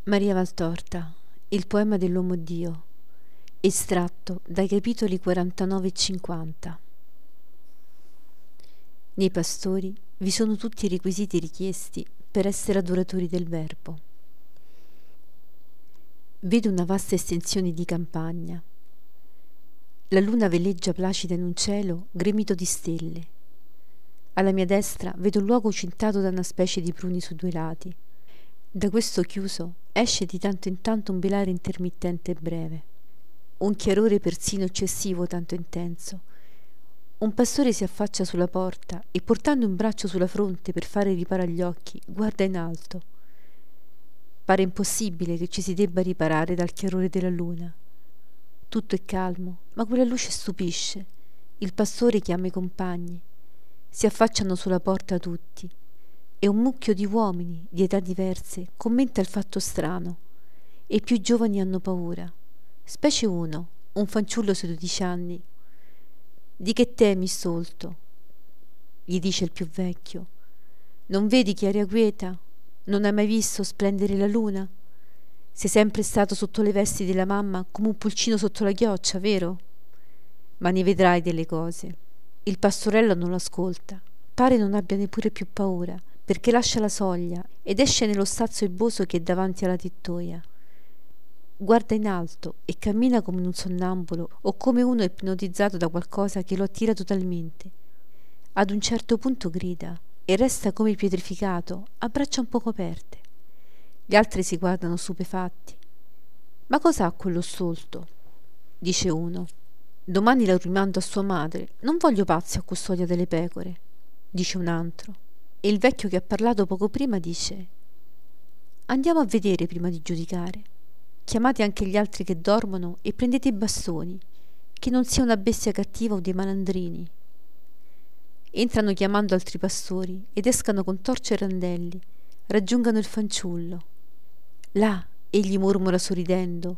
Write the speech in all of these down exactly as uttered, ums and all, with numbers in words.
Maria Valtorta, il poema dell'uomo Dio, estratto dai capitoli quarantanove e cinquanta. Nei pastori vi sono tutti i requisiti richiesti per essere adoratori del Verbo. Vedo una vasta estensione di campagna. La luna veleggia placida in un cielo gremito di stelle. Alla mia destra vedo un luogo cintato da una specie di pruni su due lati. Da questo chiuso esce di tanto in tanto un velare intermittente e breve, un chiarore persino eccessivo tanto intenso. Un pastore si affaccia sulla porta e, portando un braccio sulla fronte per fare riparo agli occhi, guarda in alto. Pare impossibile che ci si debba riparare dal chiarore della luna. Tutto è calmo, ma quella luce stupisce. Il pastore chiama i compagni. Si affacciano sulla porta tutti. E un mucchio di uomini di età diverse commenta il fatto strano, e i più giovani hanno paura, specie uno, un fanciullo sui dodici anni. «Di che temi, stolto?» gli dice il più vecchio. «Non vedi che aria quieta? Non hai mai visto splendere la luna? Sei sempre stato sotto le vesti della mamma come un pulcino sotto la chioccia, vero? Ma ne vedrai delle cose». Il pastorello non lo ascolta, pare non abbia neppure più paura, perché lascia la soglia ed esce nello stazio erboso che è davanti alla tettoia. Guarda in alto e cammina come un sonnambulo o come uno ipnotizzato da qualcosa che lo attira totalmente. Ad un certo punto grida e resta come pietrificato, a braccia un poco aperte. Gli altri si guardano stupefatti. «Ma cos'ha quello stolto?» dice uno. «Domani la rimando a sua madre, non voglio pazzi a custodia delle pecore», dice un altro. E il vecchio che ha parlato poco prima dice: «Andiamo a vedere prima di giudicare. Chiamate anche gli altri che dormono e prendete i bastoni, che non sia una bestia cattiva o dei malandrini». Entrano chiamando altri pastori ed escano con torce e randelli, raggiungano il fanciullo. «Là», egli mormora sorridendo,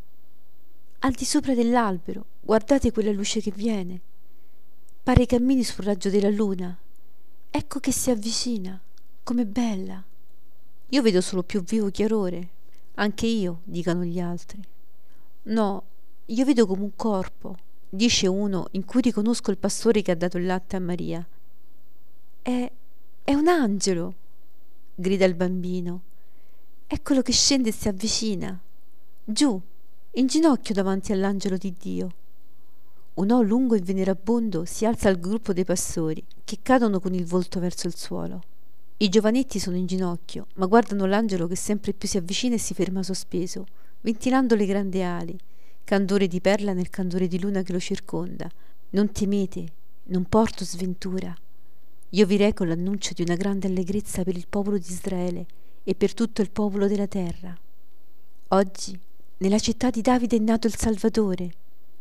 «al di sopra dell'albero, guardate quella luce che viene. Pare cammini sul raggio della luna. Ecco che si avvicina, com'è bella. Io vedo solo più vivo chiarore». «Anche io», dicono gli altri. «No, io vedo come un corpo», dice uno in cui riconosco il pastore che ha dato il latte a Maria. «È, è un angelo», grida il bambino. «Eccolo che scende e si avvicina, giù, in ginocchio davanti all'angelo di Dio». Un o lungo e venerabondo si alza al gruppo dei pastori, che cadono con il volto verso il suolo. I giovanetti sono in ginocchio, ma guardano l'angelo che sempre più si avvicina e si ferma sospeso, ventilando le grandi ali, candore di perla nel candore di luna che lo circonda. «Non temete, non porto sventura. Io vi reco l'annuncio di una grande allegrezza per il popolo di Israele e per tutto il popolo della terra. Oggi, nella città di Davide è nato il Salvatore».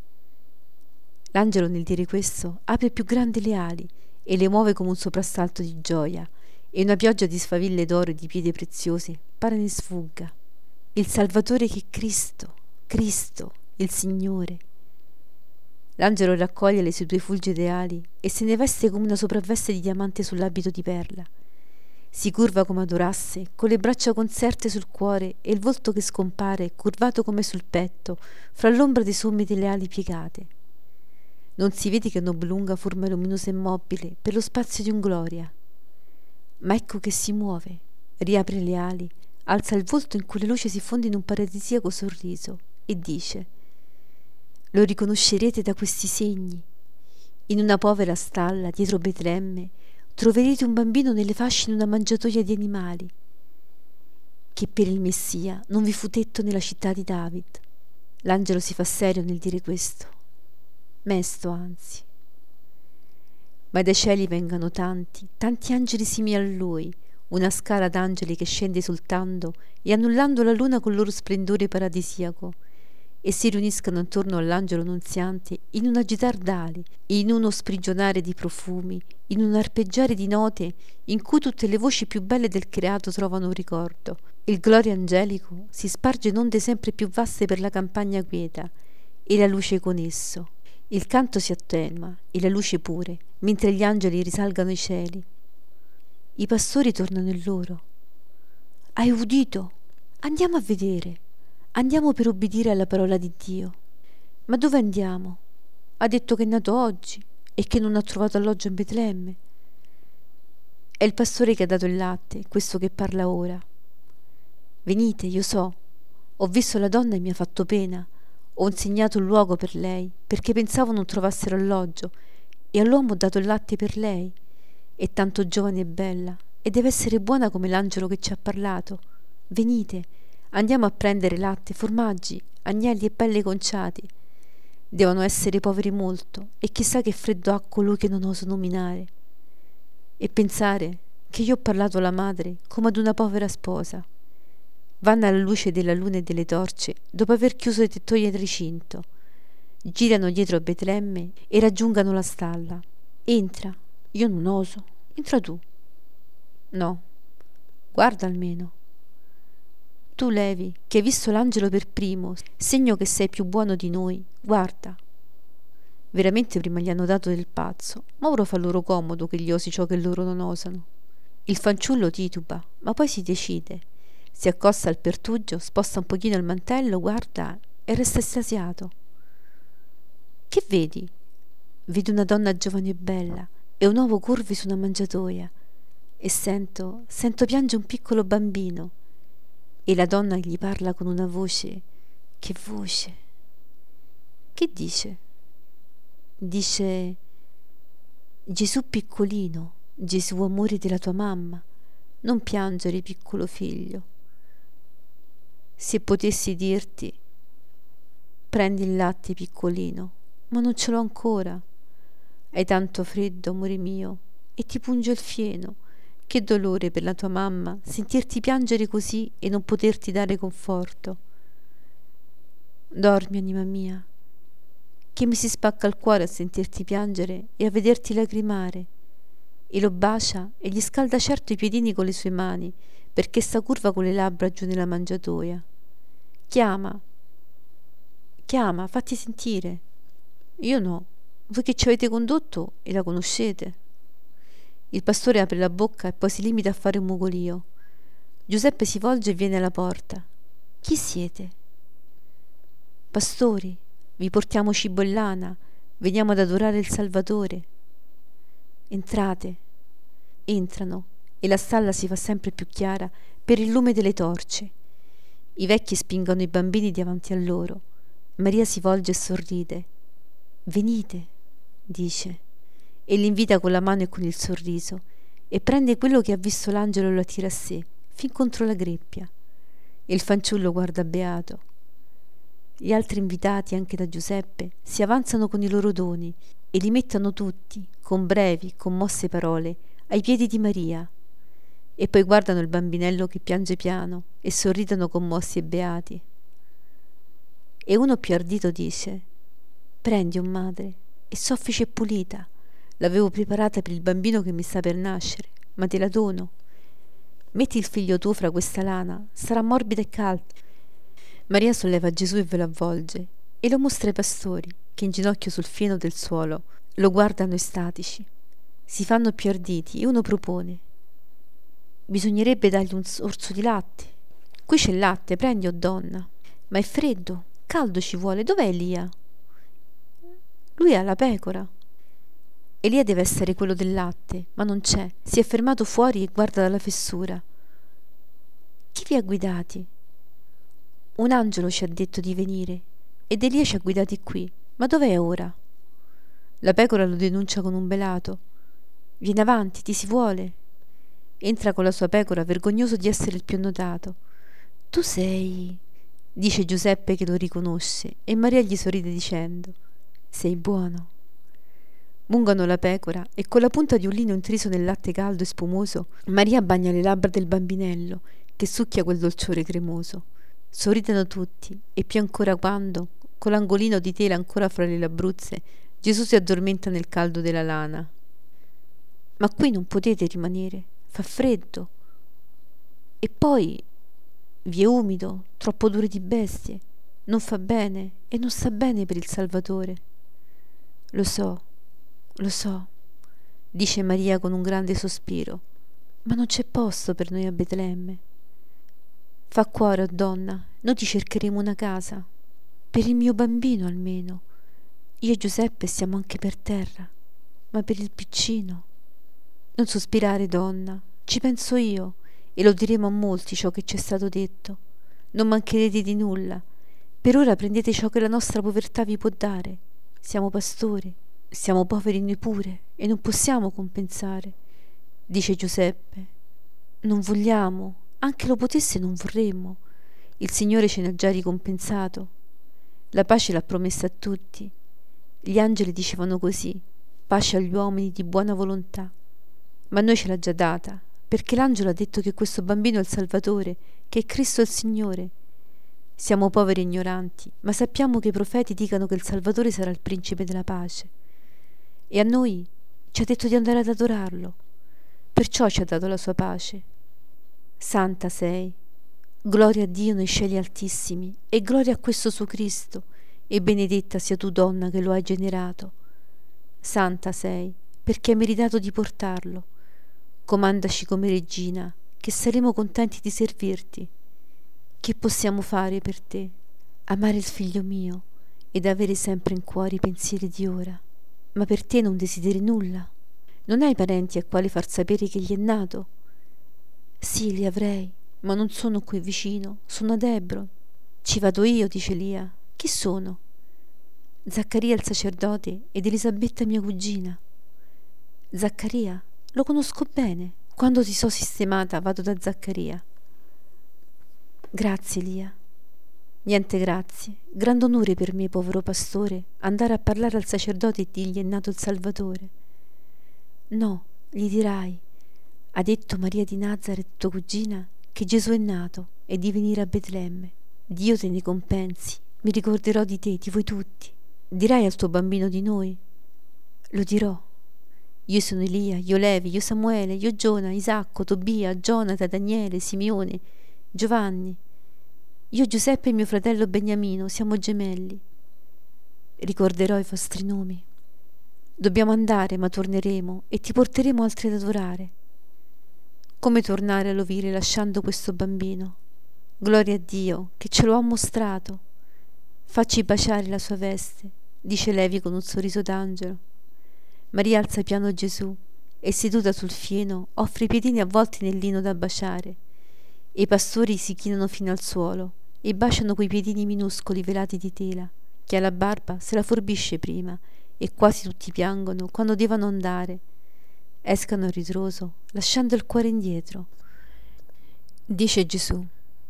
L'angelo, nel dire questo, apre più grandi le ali e le muove come un soprassalto di gioia, e una pioggia di sfaville d'oro e di pietre preziose pare ne sfugga. Il Salvatore che è Cristo, Cristo, il Signore. L'angelo raccoglie le sue due fulgide ali e se ne veste come una sopravveste di diamante sull'abito di perla. Si curva come adorasse, con le braccia conserte sul cuore e il volto che scompare, curvato come sul petto, fra l'ombra dei sommi delle ali piegate. Non si vede che un'oblunga forma luminosa e mobile per lo spazio di un gloria. Ma ecco che si muove, riapre le ali, alza il volto in cui la luce si fonde in un paradisiaco sorriso e dice: «Lo riconoscerete da questi segni. In una povera stalla dietro Betlemme troverete un bambino nelle fasce in una mangiatoia di animali, che per il Messia non vi fu tetto nella città di David». L'angelo si fa serio nel dire questo, mesto anzi. Ma dai cieli vengano tanti, tanti angeli simili a lui, una scala d'angeli che scende esultando e annullando la luna col loro splendore paradisiaco, e si riuniscano intorno all'angelo nunziante in un agitar d'ali, in uno sprigionare di profumi, in un arpeggiare di note in cui tutte le voci più belle del creato trovano un ricordo. Il gloria angelico si sparge in onde sempre più vaste per la campagna quieta, e la luce con esso. Il canto si attenua e la luce pure, mentre gli angeli risalgano ai cieli. I pastori tornano in loro. «Hai udito? Andiamo a vedere, andiamo per obbedire alla parola di Dio. Ma dove andiamo? Ha detto che è nato oggi e che non ha trovato alloggio in Betlemme. È il pastore che ha dato il latte, questo che parla ora. Venite, io so, ho visto la donna e mi ha fatto pena. Ho insegnato un luogo per lei, perché pensavo non trovassero alloggio, e all'uomo ho dato il latte per lei. È tanto giovane e bella, e deve essere buona come l'angelo che ci ha parlato. Venite, andiamo a prendere latte, formaggi, agnelli e pelle conciati. Devono essere poveri molto, e chissà che freddo ha colui che non oso nominare. E pensare che io ho parlato alla madre come ad una povera sposa. Vanno alla luce della luna e delle torce, dopo aver chiuso le tettoie del recinto. Girano dietro a Betlemme e raggiungano la stalla. Entra. Io non oso. Entra tu. No. Guarda almeno. Tu, Levi, che hai visto l'angelo per primo, segno che sei più buono di noi, guarda. Veramente prima gli hanno dato del pazzo, ma ora fa loro comodo che gli osi ciò che loro non osano. Il fanciullo tituba, ma poi si decide. Si accosta al pertugio, sposta un pochino il mantello, guarda e resta estasiato. Che vedi? Vedo una donna giovane e bella e un uovo curvi su una mangiatoia e sento, sento piange un piccolo bambino e la donna gli parla con una voce, che voce? Che dice? Dice: Gesù piccolino, Gesù amore della tua mamma, non piangere piccolo figlio. Se potessi dirti: prendi il latte piccolino, ma non ce l'ho ancora. Hai tanto freddo, amore mio, e ti punge il fieno. Che dolore per la tua mamma sentirti piangere così e non poterti dare conforto. Dormi, anima mia, che mi si spacca il cuore a sentirti piangere e a vederti lagrimare. E lo bacia e gli scalda certo i piedini con le sue mani, perché sta curva con le labbra giù nella mangiatoia. Chiama, chiama, fatti sentire. Io no, voi che ci avete condotto e la conoscete. Il pastore apre la bocca e poi si limita a fare un mugolio. Giuseppe si volge e viene alla porta. Chi siete? Pastori, vi portiamo cibo e lana, veniamo ad adorare il Salvatore. Entrate. Entrano e la stalla si fa sempre più chiara per il lume delle torce. I vecchi spingono i bambini davanti a loro. Maria si volge e sorride. Venite, dice, e li invita con la mano e con il sorriso, e prende quello che ha visto l'angelo e lo attira a sé, fin contro la greppia. E il fanciullo guarda beato. Gli altri invitati, anche da Giuseppe, si avanzano con i loro doni e li mettono tutti, con brevi, commosse parole, ai piedi di Maria. E poi guardano il bambinello che piange piano e sorridono commossi e beati. E uno più ardito dice: prendi, o madre, è soffice e pulita. L'avevo preparata per il bambino che mi sta per nascere, ma te la dono. Metti il figlio tuo fra questa lana, sarà morbida e calda. Maria solleva Gesù e ve lo avvolge e lo mostra ai pastori, che in ginocchio sul fieno del suolo lo guardano estatici. Si fanno più arditi e uno propone: bisognerebbe dargli un sorso di latte. Qui c'è il latte, prendi, o donna. Ma è freddo, caldo ci vuole. Dov'è Elia? Lui ha la pecora. Elia deve essere quello del latte, ma non c'è. Si è fermato fuori e guarda dalla fessura. Chi vi ha guidati? Un angelo ci ha detto di venire ed Elia ci ha guidati qui. Ma dov'è ora? La pecora lo denuncia con un belato. Vieni avanti, ti si vuole. Entra con la sua pecora, vergognoso di essere il più notato. Tu sei, dice Giuseppe che lo riconosce, e Maria gli sorride dicendo: sei buono. Mungono la pecora e con la punta di un lino intriso nel latte caldo e spumoso Maria bagna le labbra del bambinello che succhia quel dolciore cremoso. Sorridono tutti e più ancora quando, con l'angolino di tela ancora fra le labbruzze, Gesù si addormenta nel caldo della lana. Ma qui non potete rimanere, fa freddo. E poi vi è umido, troppo dure di bestie. Non fa bene e non sta bene per il Salvatore. Lo so, lo so, dice Maria con un grande sospiro, ma non c'è posto per noi a Betlemme. Fa cuore, oh donna, noi ti cercheremo una casa. Per il mio bambino almeno. Io e Giuseppe siamo anche per terra, ma per il piccino. Non sospirare, donna, ci penso io, e lo diremo a molti ciò che ci è stato detto. Non mancherete di nulla. Per ora prendete ciò che la nostra povertà vi può dare. Siamo pastori, siamo poveri noi pure, e non possiamo compensare. Dice Giuseppe: non vogliamo, anche lo potesse non vorremmo. Il Signore ce ne ha già ricompensato. La pace l'ha promessa a tutti. Gli angeli dicevano così: pace agli uomini di buona volontà. Ma a noi ce l'ha già data, perché l'angelo ha detto che questo bambino è il Salvatore, che è Cristo il Signore. Siamo poveri e ignoranti, ma sappiamo che i profeti dicano che il Salvatore sarà il principe della pace. E a noi ci ha detto di andare ad adorarlo. Perciò ci ha dato la sua pace. Santa sei, gloria a Dio nei cieli altissimi, e gloria a questo suo Cristo, e benedetta sia tu, donna, che lo hai generato. Santa sei, perché hai meritato di portarlo. Comandaci come regina, che saremo contenti di servirti. Che possiamo fare per te? Amare il figlio mio ed avere sempre in cuore i pensieri di ora. Ma per te non desideri nulla? Non hai parenti a quali far sapere che gli è nato? Sì, li avrei, ma non sono qui vicino, sono ad Hebron. Ci vado io, dice Lia. Chi sono? Zaccaria il sacerdote ed Elisabetta mia cugina. Zaccaria? Lo conosco bene. Quando ti so sistemata vado da Zaccaria. Grazie, Lia. Niente grazie. Gran onore per me, povero pastore, andare a parlare al sacerdote e dirgli è nato il Salvatore. No, gli dirai: ha detto Maria di Nazaret, tua cugina, che Gesù è nato e di venire a Betlemme. Dio te ne compensi. Mi ricorderò di te, di voi tutti. Dirai al tuo bambino di noi? Lo dirò. Io sono Elia, io Levi, io Samuele, io Giona, Isacco, Tobia, Gionata, Daniele, Simeone, Giovanni. Io Giuseppe e mio fratello Beniamino siamo gemelli. Ricorderò i vostri nomi. Dobbiamo andare, ma torneremo e ti porteremo altri ad adorare. Come tornare a Lovire lasciando questo bambino? Gloria a Dio che ce lo ha mostrato. Facci baciare la sua veste, dice Levi con un sorriso d'angelo. Maria alza piano Gesù e, seduta sul fieno, offre i piedini avvolti nel lino da baciare. E i pastori si chinano fino al suolo e baciano quei piedini minuscoli velati di tela. Chi ha la barba se la forbisce prima e quasi tutti piangono quando devono andare. Escano a ritroso, lasciando il cuore indietro. Dice Gesù: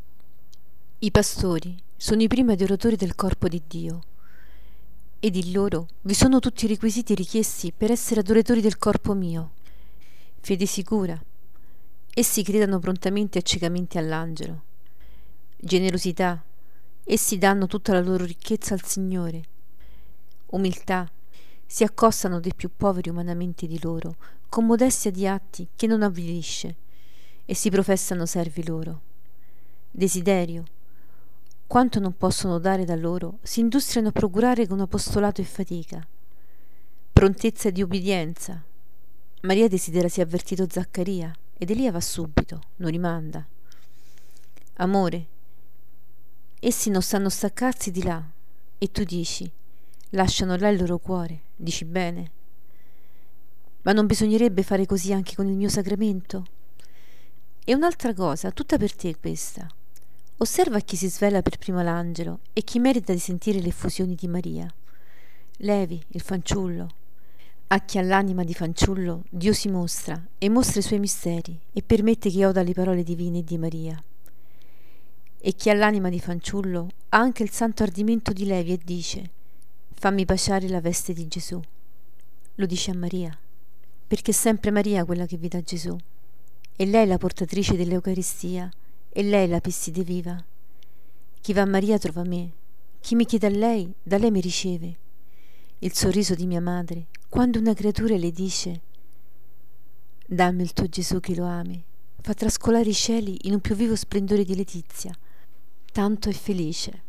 i pastori sono i primi adoratori del corpo di Dio, ed in loro vi sono tutti i requisiti richiesti per essere adoratori del corpo mio. Fede sicura. Essi gridano prontamente e ciecamente all'angelo. Generosità. Essi danno tutta la loro ricchezza al Signore. Umiltà. Si accostano dei più poveri umanamente di loro, con modestia di atti che non avvilisce, e si professano servi loro. Desiderio. Quanto non possono dare da loro, si industriano a procurare con apostolato e fatica. Prontezza di ubbidienza. Maria desidera sia avvertito Zaccaria, ed Elia va subito, non rimanda. Amore. Essi non sanno staccarsi di là, e tu dici: lasciano là il loro cuore. Dici bene. Ma non bisognerebbe fare così anche con il mio sacramento? E un'altra cosa, tutta per te questa. Osserva chi si svela per primo l'angelo e chi merita di sentire le effusioni di Maria. Levi, il fanciullo. A chi ha l'anima di fanciullo Dio si mostra e mostra i suoi misteri e permette che oda le parole divine di Maria. E chi ha l'anima di fanciullo ha anche il santo ardimento di Levi e dice: fammi baciare la veste di Gesù. Lo dice a Maria, perché è sempre Maria quella che vi dà Gesù, e lei la portatrice dell'Eucaristia, e lei la pesside viva. Chi va a Maria trova me, chi mi chiede a lei, da lei mi riceve. Il sorriso di mia madre, quando una creatura le dice: dammi il tuo Gesù che lo ami, fa trascolare i cieli in un più vivo splendore di letizia. Tanto è felice.